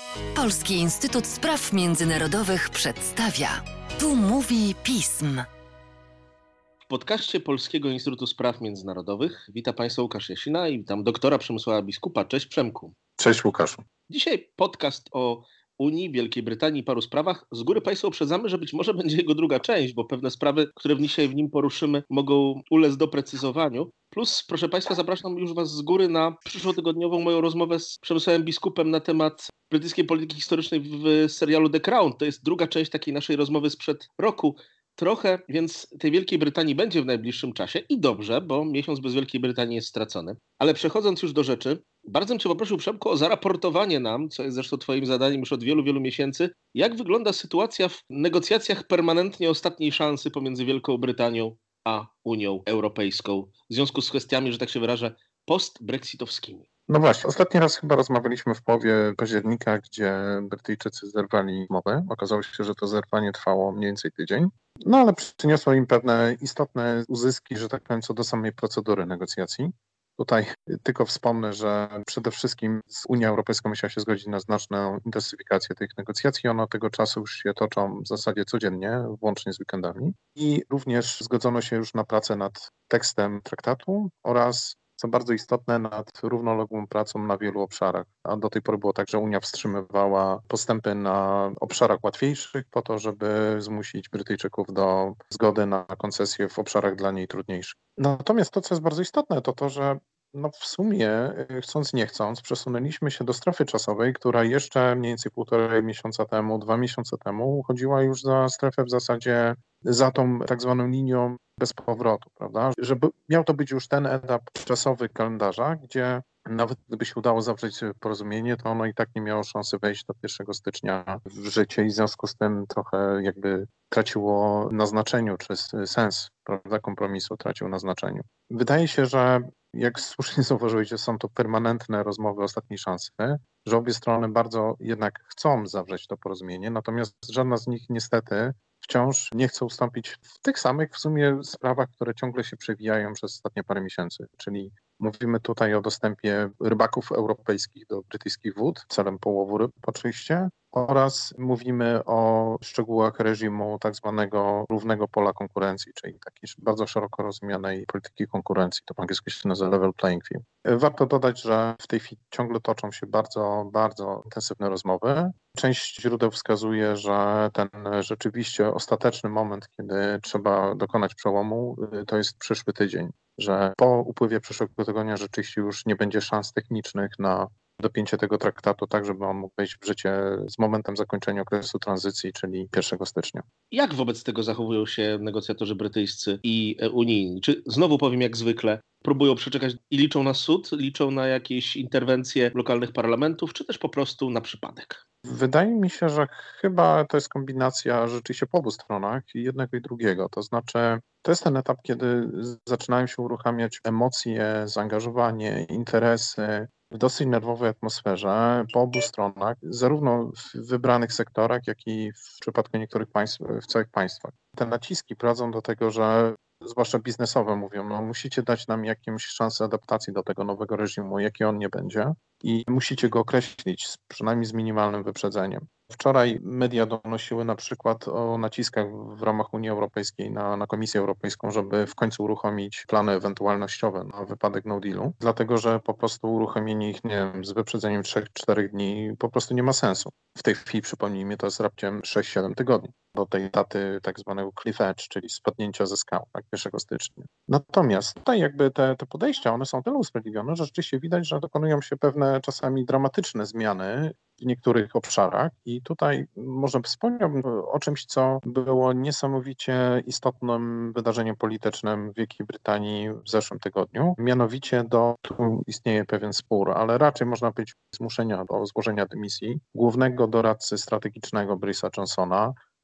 Polski Instytut Spraw Międzynarodowych przedstawia. Tu mówi pism. W podcaście Polskiego Instytutu Spraw Międzynarodowych witam Państwa Łukasz Jasina i witam doktora Przemysława Biskupa. Cześć Przemku. Cześć Łukaszu. Dzisiaj podcast o Unii, Wielkiej Brytanii i paru sprawach. Z góry Państwa uprzedzamy, że być może będzie jego druga część, bo pewne sprawy, które dzisiaj w nim poruszymy, mogą ulec doprecyzowaniu. Plus, proszę Państwa, zapraszam już Was z góry na przyszłotygodniową moją rozmowę z Przemysławem Biskupem na temat brytyjskiej polityki historycznej w serialu The Crown. To jest druga część takiej naszej rozmowy sprzed roku. Trochę więc tej Wielkiej Brytanii będzie w najbliższym czasie i dobrze, bo miesiąc bez Wielkiej Brytanii jest stracony. Ale przechodząc już do rzeczy, bardzo bym Cię poprosił, Przemku, o zaraportowanie nam, co jest zresztą Twoim zadaniem już od wielu, wielu miesięcy, jak wygląda sytuacja w negocjacjach permanentnie ostatniej szansy pomiędzy Wielką Brytanią a Unią Europejską w związku z kwestiami, że tak się wyrażę, post-brexitowskimi. No właśnie, ostatni raz chyba rozmawialiśmy w połowie października, gdzie Brytyjczycy zerwali umowę. Okazało się, że to zerwanie trwało mniej więcej tydzień. No ale przyniosło im pewne istotne uzyski, że tak powiem, co do samej procedury negocjacji. Tutaj tylko wspomnę, że przede wszystkim Unia Europejska musiała się zgodzić na znaczną intensyfikację tych negocjacji. One od tego czasu już się toczą w zasadzie codziennie, włącznie z weekendami. I również zgodzono się już na pracę nad tekstem traktatu oraz, co bardzo istotne, nad równoległą pracą na wielu obszarach. A do tej pory było tak, że Unia wstrzymywała postępy na obszarach łatwiejszych po to, żeby zmusić Brytyjczyków do zgody na koncesje w obszarach dla niej trudniejszych. Natomiast to, co jest bardzo istotne, to to, że w sumie, chcąc nie chcąc, przesunęliśmy się do strefy czasowej, która jeszcze mniej więcej 1,5 miesiąca temu, 2 miesiące temu uchodziła już za strefę w zasadzie za tą tak zwaną linią bez powrotu, prawda? Żeby miał to być już ten etap czasowy kalendarza, gdzie nawet gdyby się udało zawrzeć porozumienie, to ono i tak nie miało szansy wejść do 1 stycznia w życie i w związku z tym trochę jakby traciło na znaczeniu, czy sens, prawda, kompromisu tracił na znaczeniu. Wydaje się, że jak słusznie zauważyłeś, że są to permanentne rozmowy ostatniej szansy, że obie strony bardzo jednak chcą zawrzeć to porozumienie, natomiast żadna z nich niestety wciąż nie chce ustąpić w tych samych w sumie sprawach, które ciągle się przewijają przez ostatnie parę miesięcy, czyli mówimy tutaj o dostępie rybaków europejskich do brytyjskich wód celem połowu ryb oczywiście oraz mówimy o szczegółach reżimu tak zwanego równego pola konkurencji, czyli takiej bardzo szeroko rozumianej polityki konkurencji. To po angielsku się nazywa level playing field. Warto dodać, że w tej chwili ciągle toczą się bardzo, bardzo intensywne rozmowy. Część źródeł wskazuje, że ten rzeczywiście ostateczny moment, kiedy trzeba dokonać przełomu, to jest przyszły tydzień, że po upływie przyszłego tygodnia rzeczywiście już nie będzie szans technicznych na dopięcie tego traktatu tak, żeby on mógł wejść w życie z momentem zakończenia okresu tranzycji, czyli 1 stycznia. Jak wobec tego zachowują się negocjatorzy brytyjscy i unijni? Czy znowu powiem jak zwykle, próbują przeczekać i liczą na sąd, liczą na jakieś interwencje lokalnych parlamentów, czy też po prostu na przypadek? Wydaje mi się, że chyba to jest kombinacja rzeczywiście po obu stronach, i jednego i drugiego. To znaczy, to jest ten etap, kiedy zaczynają się uruchamiać emocje, zaangażowanie, interesy w dosyć nerwowej atmosferze po obu stronach, zarówno w wybranych sektorach, jak i w przypadku niektórych państw, w całych państwach. Te naciski prowadzą do tego, że zwłaszcza biznesowe mówią, no musicie dać nam jakąś szansę adaptacji do tego nowego reżimu, jaki on nie będzie i musicie go określić przynajmniej z minimalnym wyprzedzeniem. Wczoraj media donosiły na przykład o naciskach w ramach Unii Europejskiej na Komisję Europejską, żeby w końcu uruchomić plany ewentualnościowe na wypadek no dealu, dlatego że po prostu uruchomienie ich, nie wiem, z wyprzedzeniem 3-4 dni po prostu nie ma sensu. W tej chwili, przypomnijmy, to jest raptem 6-7 tygodni do tej daty tak zwanego cliff edge, czyli spadnięcia ze skał, tak, 1 stycznia. Natomiast tutaj jakby te podejścia, one są tyle usprawiedliwione, że rzeczywiście widać, że dokonują się pewne czasami dramatyczne zmiany w niektórych obszarach i tutaj może wspomniałbym o czymś, co było niesamowicie istotnym wydarzeniem politycznym w Wielkiej Brytanii w zeszłym tygodniu. Mianowicie tu istnieje pewien spór, ale raczej można powiedzieć zmuszenia do złożenia dymisji głównego doradcy strategicznego Borisa Johnsona,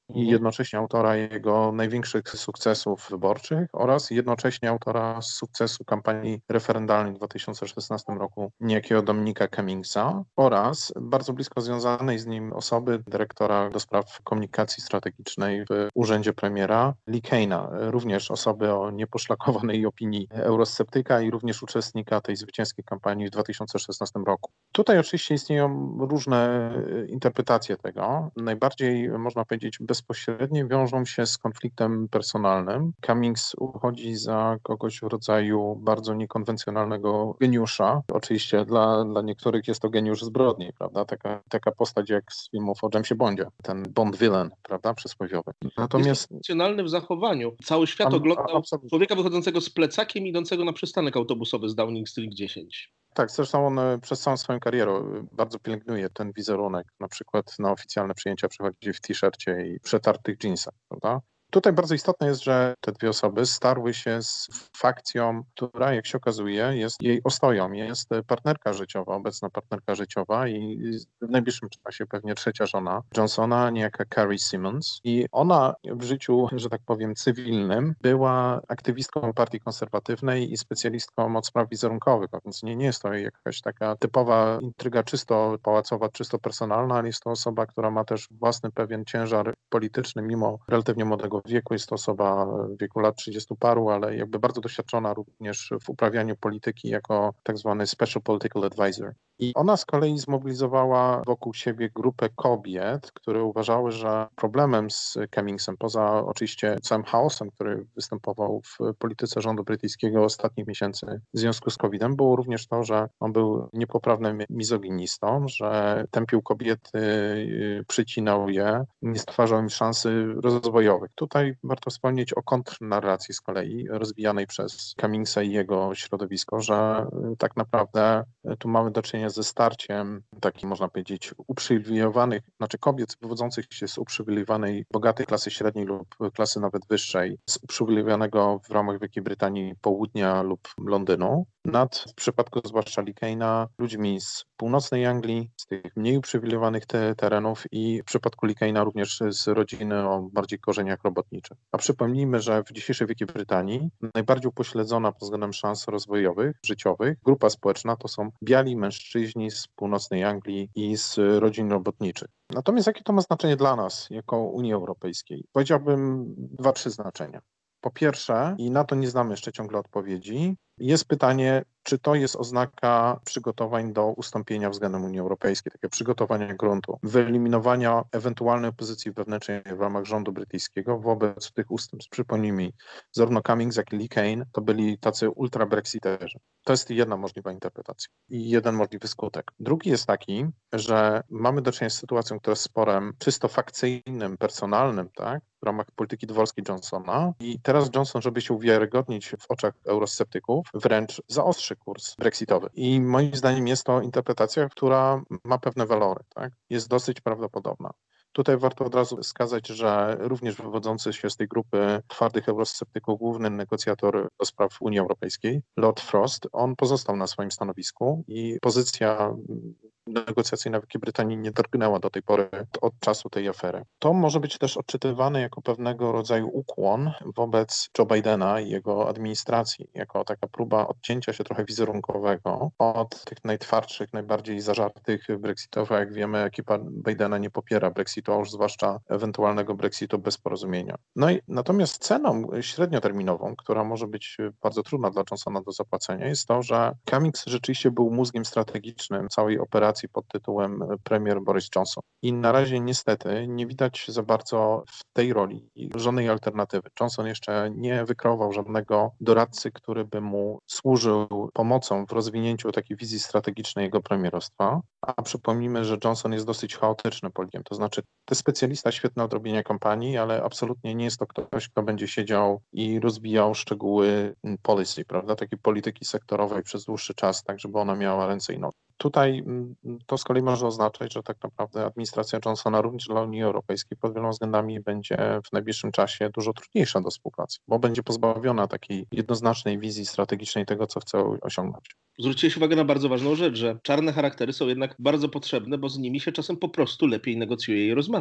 i jednocześnie autora jego największych sukcesów wyborczych oraz jednocześnie autora sukcesu kampanii referendalnej w 2016 roku niejakiego Dominika Cummingsa oraz bardzo blisko związanej z nim osoby, dyrektora do spraw komunikacji strategicznej w urzędzie premiera, Lee Kane'a, również osoby o nieposzlakowanej opinii eurosceptyka i również uczestnika tej zwycięskiej kampanii w 2016 roku. Tutaj oczywiście istnieją różne interpretacje tego. Najbardziej, można powiedzieć, bezpośrednio wiążą się z konfliktem personalnym. Cummings uchodzi za kogoś w rodzaju bardzo niekonwencjonalnego geniusza. Oczywiście dla niektórych jest to geniusz zbrodni, prawda? Taka postać jak z filmów o Jamesie Bondzie, ten Bond villain, prawda? Przysłowiowy. Natomiast jest emocjonalny w zachowaniu. Cały świat oglądał człowieka wychodzącego z plecakiem idącego na przystanek autobusowy z Downing Street 10. Tak, zresztą on przez całą swoją karierę bardzo pielęgnuje ten wizerunek. Na przykład na oficjalne przyjęcia przychodzi w t-shircie i przetartych jeansach, prawda? Tutaj bardzo istotne jest, że te dwie osoby starły się z fakcją, która, jak się okazuje, jest jej ostoją. Jest partnerka życiowa, obecna partnerka życiowa i w najbliższym czasie pewnie trzecia żona Johnsona, niejaka Carrie Simmons. I ona w życiu, że tak powiem, cywilnym była aktywistką partii konserwatywnej i specjalistką od spraw wizerunkowych, więc nie jest to jakaś taka typowa intryga czysto pałacowa, czysto personalna, ale jest to osoba, która ma też własny pewien ciężar polityczny, mimo relatywnie młodego wieku. Jest to osoba w wieku lat 30 paru, ale jakby bardzo doświadczona również w uprawianiu polityki jako tak zwany Special Political Advisor. I ona z kolei zmobilizowała wokół siebie grupę kobiet, które uważały, że problemem z Cummingsem, poza oczywiście całym chaosem, który występował w polityce rządu brytyjskiego ostatnich miesięcy w związku z COVID-em, było również to, że on był niepoprawnym mizoginistą, że tępił kobiety, przycinał je, nie stwarzał im szansy rozwojowych. Tutaj warto wspomnieć o kontrnarracji z kolei rozwijanej przez Cummingsa i jego środowisko, że tak naprawdę tu mamy do czynienia ze starciem takich, można powiedzieć, uprzywilejowanych, znaczy kobiet wywodzących się z uprzywilejowanej, bogatej klasy średniej lub klasy nawet wyższej, z uprzywilejowanego w ramach Wielkiej Brytanii południa lub Londynu, nad, w przypadku zwłaszcza Lee Kane'a, ludźmi z północnej Anglii, z tych mniej uprzywilejowanych terenów i w przypadku Lee Kane'a również z rodziny o bardziej korzeniach robotniczych. A przypomnijmy, że w dzisiejszej Wielkiej Brytanii najbardziej upośledzona pod względem szans rozwojowych, życiowych, grupa społeczna to są biali mężczyźni z północnej Anglii i z rodzin robotniczych. Natomiast jakie to ma znaczenie dla nas, jako Unii Europejskiej? Powiedziałbym 2-3 znaczenia. Po pierwsze, i na to nie znamy jeszcze ciągle odpowiedzi, jest pytanie, czy to jest oznaka przygotowań do ustąpienia względem Unii Europejskiej, takie przygotowania gruntu, wyeliminowania ewentualnej opozycji wewnętrznej w ramach rządu brytyjskiego wobec tych ustępstw. Przypomnijmy, zarówno Cummings, jak i Lee Kane to byli tacy ultra-brexiterzy. To jest jedna możliwa interpretacja i jeden możliwy skutek. Drugi jest taki, że mamy do czynienia z sytuacją, która jest sporem czysto fakcyjnym, personalnym, tak, w ramach polityki dworskiej Johnsona i teraz Johnson, żeby się uwiarygodnić w oczach eurosceptyków, wręcz zaostrzy kurs brexitowy. I moim zdaniem jest to interpretacja, która ma pewne walory, tak? Jest dosyć prawdopodobna. Tutaj warto od razu wskazać, że również wywodzący się z tej grupy twardych eurosceptyków główny negocjator do spraw Unii Europejskiej, Lord Frost, on pozostał na swoim stanowisku i pozycja negocjacyjna Wielkiej Brytanii nie drgnęła do tej pory od czasu tej afery. To może być też odczytywane jako pewnego rodzaju ukłon wobec Joe Bidena i jego administracji, jako taka próba odcięcia się trochę wizerunkowego od tych najtwardszych, najbardziej zażartych brexitów. Jak wiemy, ekipa Bidena nie popiera Brexitu, a już zwłaszcza ewentualnego Brexitu bez porozumienia. No i natomiast ceną średnioterminową, która może być bardzo trudna dla Johnsona do zapłacenia, jest to, że Cummings rzeczywiście był mózgiem strategicznym całej operacji pod tytułem premier Boris Johnson. I na razie niestety nie widać za bardzo w tej roli żadnej alternatywy. Johnson jeszcze nie wykreował żadnego doradcy, który by mu służył pomocą w rozwinięciu takiej wizji strategicznej jego premierostwa. A przypomnijmy, że Johnson jest dosyć chaotycznym politykiem. To znaczy, to jest specjalista świetny od robienia kampanii, ale absolutnie nie jest to ktoś, kto będzie siedział i rozwijał szczegóły policy, prawda, takiej polityki sektorowej przez dłuższy czas, tak żeby ona miała ręce i nogi. Tutaj to z kolei może oznaczać, że tak naprawdę administracja Johnsona również dla Unii Europejskiej pod wieloma względami będzie w najbliższym czasie dużo trudniejsza do współpracy, bo będzie pozbawiona takiej jednoznacznej wizji strategicznej tego, co chce osiągnąć. Zwróciłeś uwagę na bardzo ważną rzecz, że czarne charaktery są jednak bardzo potrzebne, bo z nimi się czasem po prostu lepiej negocjuje i rozmawia.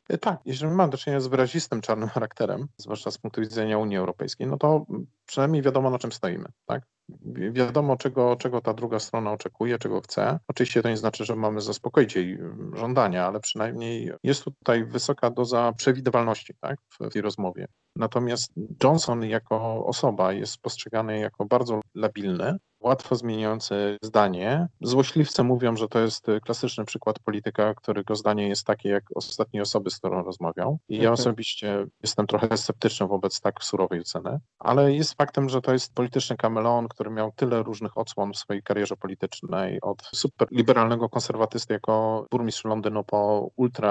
Tak, jeżeli mamy do czynienia z wyrazistym czarnym charakterem, zwłaszcza z punktu widzenia Unii Europejskiej, no to przynajmniej wiadomo, na czym stoimy, tak? Wiadomo, czego ta druga strona oczekuje, czego chce. Oczywiście to nie znaczy, że mamy zaspokoić jej żądania, ale przynajmniej jest tutaj wysoka doza przewidywalności, tak, w tej rozmowie. Natomiast Johnson jako osoba jest postrzegany jako bardzo labilny, łatwo zmieniający zdanie. Złośliwcy mówią, że to jest klasyczny przykład polityka, którego zdanie jest takie jak ostatniej osoby, z którą rozmawiał. I ja osobiście jestem trochę sceptyczny wobec tak surowej oceny, ale jest faktem, że to jest polityczny kameleon, który miał tyle różnych odsłon w swojej karierze politycznej, od super liberalnego konserwatysty jako burmistrz Londynu po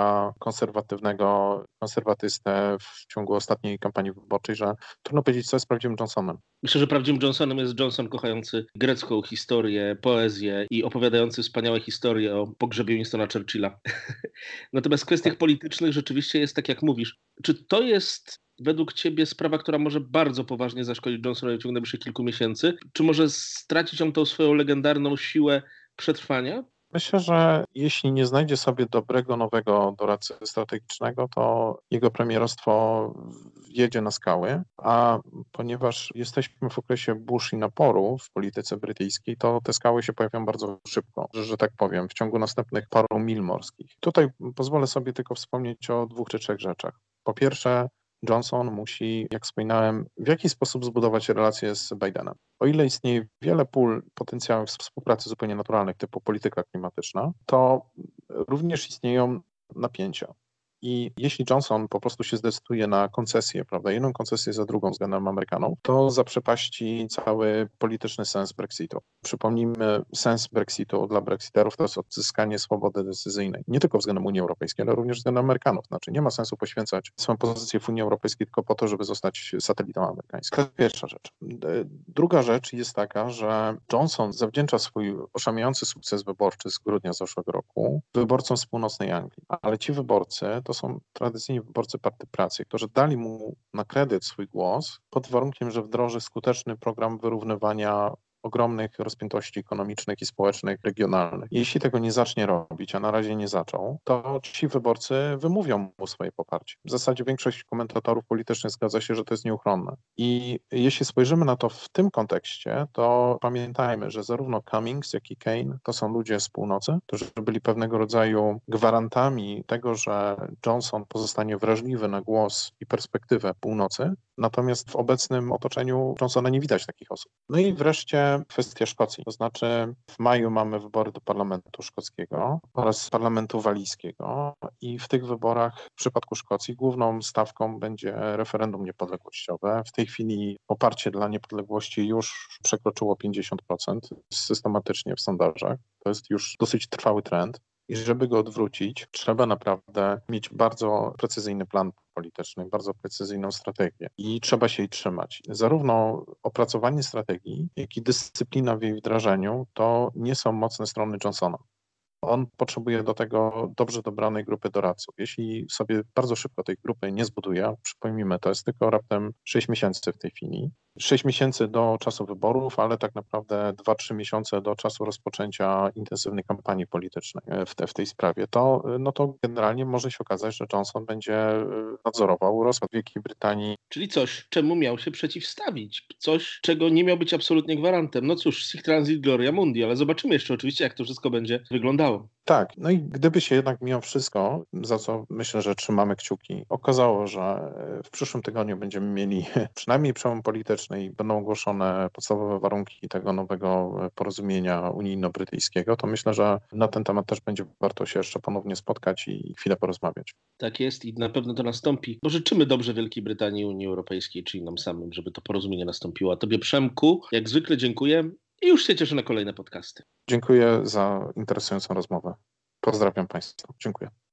ultrakonserwatywnego konserwatystę w ciągu ostatniej kampanii wyborczej, że trudno powiedzieć, co jest prawdziwym Johnsonem. Myślę, że prawdziwym Johnsonem jest Johnson kochający grecką historię, poezję i opowiadający wspaniałe historie o pogrzebie Winstona Churchilla. Natomiast w kwestiach politycznych rzeczywiście jest tak, jak mówisz. Czy to jest według ciebie sprawa, która może bardzo poważnie zaszkodzić Johnsonowi w ciągu najbliższych kilku miesięcy? Czy może stracić on tą swoją legendarną siłę przetrwania? Myślę, że jeśli nie znajdzie sobie dobrego, nowego doradcy strategicznego, to jego premierostwo jedzie na skały, a ponieważ jesteśmy w okresie burz i naporu w polityce brytyjskiej, to te skały się pojawią bardzo szybko, że tak powiem, w ciągu następnych paru mil morskich. Tutaj pozwolę sobie tylko wspomnieć o 2 czy 3 rzeczach. Po pierwsze, Johnson musi, jak wspominałem, w jakiś sposób zbudować relacje z Bidenem. O ile istnieje wiele pól potencjałów współpracy zupełnie naturalnych, typu polityka klimatyczna, to również istnieją napięcia. I jeśli Johnson po prostu się zdecyduje na koncesję, prawda, jedną koncesję za drugą względem Amerykanów, to zaprzepaści cały polityczny sens Brexitu. Przypomnijmy, sens Brexitu dla Brexiterów to jest odzyskanie swobody decyzyjnej. Nie tylko względem Unii Europejskiej, ale również względem Amerykanów. Znaczy nie ma sensu poświęcać swoją pozycję w Unii Europejskiej tylko po to, żeby zostać satelitą amerykańskim. To jest pierwsza rzecz. Druga rzecz jest taka, że Johnson zawdzięcza swój oszałamiający sukces wyborczy z grudnia zeszłego roku wyborcom z północnej Anglii. Ale ci wyborcy to są tradycyjnie wyborcy Partii Pracy, którzy dali mu na kredyt swój głos pod warunkiem, że wdroży skuteczny program wyrównywania ogromnych rozpiętości ekonomicznych i społecznych, regionalnych. Jeśli tego nie zacznie robić, a na razie nie zaczął, to ci wyborcy wymówią mu swoje poparcie. W zasadzie większość komentatorów politycznych zgadza się, że to jest nieuchronne. I jeśli spojrzymy na to w tym kontekście, to pamiętajmy, że zarówno Cummings, jak i Kane to są ludzie z północy, którzy byli pewnego rodzaju gwarantami tego, że Johnson pozostanie wrażliwy na głos i perspektywę północy, natomiast w obecnym otoczeniu Johnsona nie widać takich osób. No i wreszcie kwestia Szkocji. To znaczy w maju mamy wybory do Parlamentu Szkockiego oraz Parlamentu Walijskiego i w tych wyborach w przypadku Szkocji główną stawką będzie referendum niepodległościowe. W tej chwili poparcie dla niepodległości już przekroczyło 50% systematycznie w sondażach. To jest już dosyć trwały trend. I żeby go odwrócić, trzeba naprawdę mieć bardzo precyzyjny plan polityczny, bardzo precyzyjną strategię i trzeba się jej trzymać. Zarówno opracowanie strategii, jak i dyscyplina w jej wdrażaniu to nie są mocne strony Johnsona. On potrzebuje do tego dobrze dobranej grupy doradców. Jeśli sobie bardzo szybko tej grupy nie zbuduje, przypomnijmy, to jest tylko raptem 6 miesięcy w tej chwili, 6 miesięcy do czasu wyborów, ale tak naprawdę 2-3 miesiące do czasu rozpoczęcia intensywnej kampanii politycznej w tej sprawie, to generalnie może się okazać, że Johnson będzie nadzorował rozwój Wielkiej Brytanii. Czyli coś, czemu miał się przeciwstawić. Coś, czego nie miał być absolutnie gwarantem. No cóż, sic transit gloria mundi, ale zobaczymy jeszcze oczywiście, jak to wszystko będzie wyglądało. Tak, no i gdyby się jednak mimo wszystko, za co myślę, że trzymamy kciuki, okazało, że w przyszłym tygodniu będziemy mieli przynajmniej przełom polityczny i będą ogłoszone podstawowe warunki tego nowego porozumienia unijno-brytyjskiego, to myślę, że na ten temat też będzie warto się jeszcze ponownie spotkać i chwilę porozmawiać. Tak jest i na pewno to nastąpi, bo życzymy dobrze Wielkiej Brytanii i Unii Europejskiej, czyli nam samym, żeby to porozumienie nastąpiło. A tobie, Przemku, jak zwykle dziękuję i już się cieszę na kolejne podcasty. Dziękuję za interesującą rozmowę. Pozdrawiam Państwa. Dziękuję.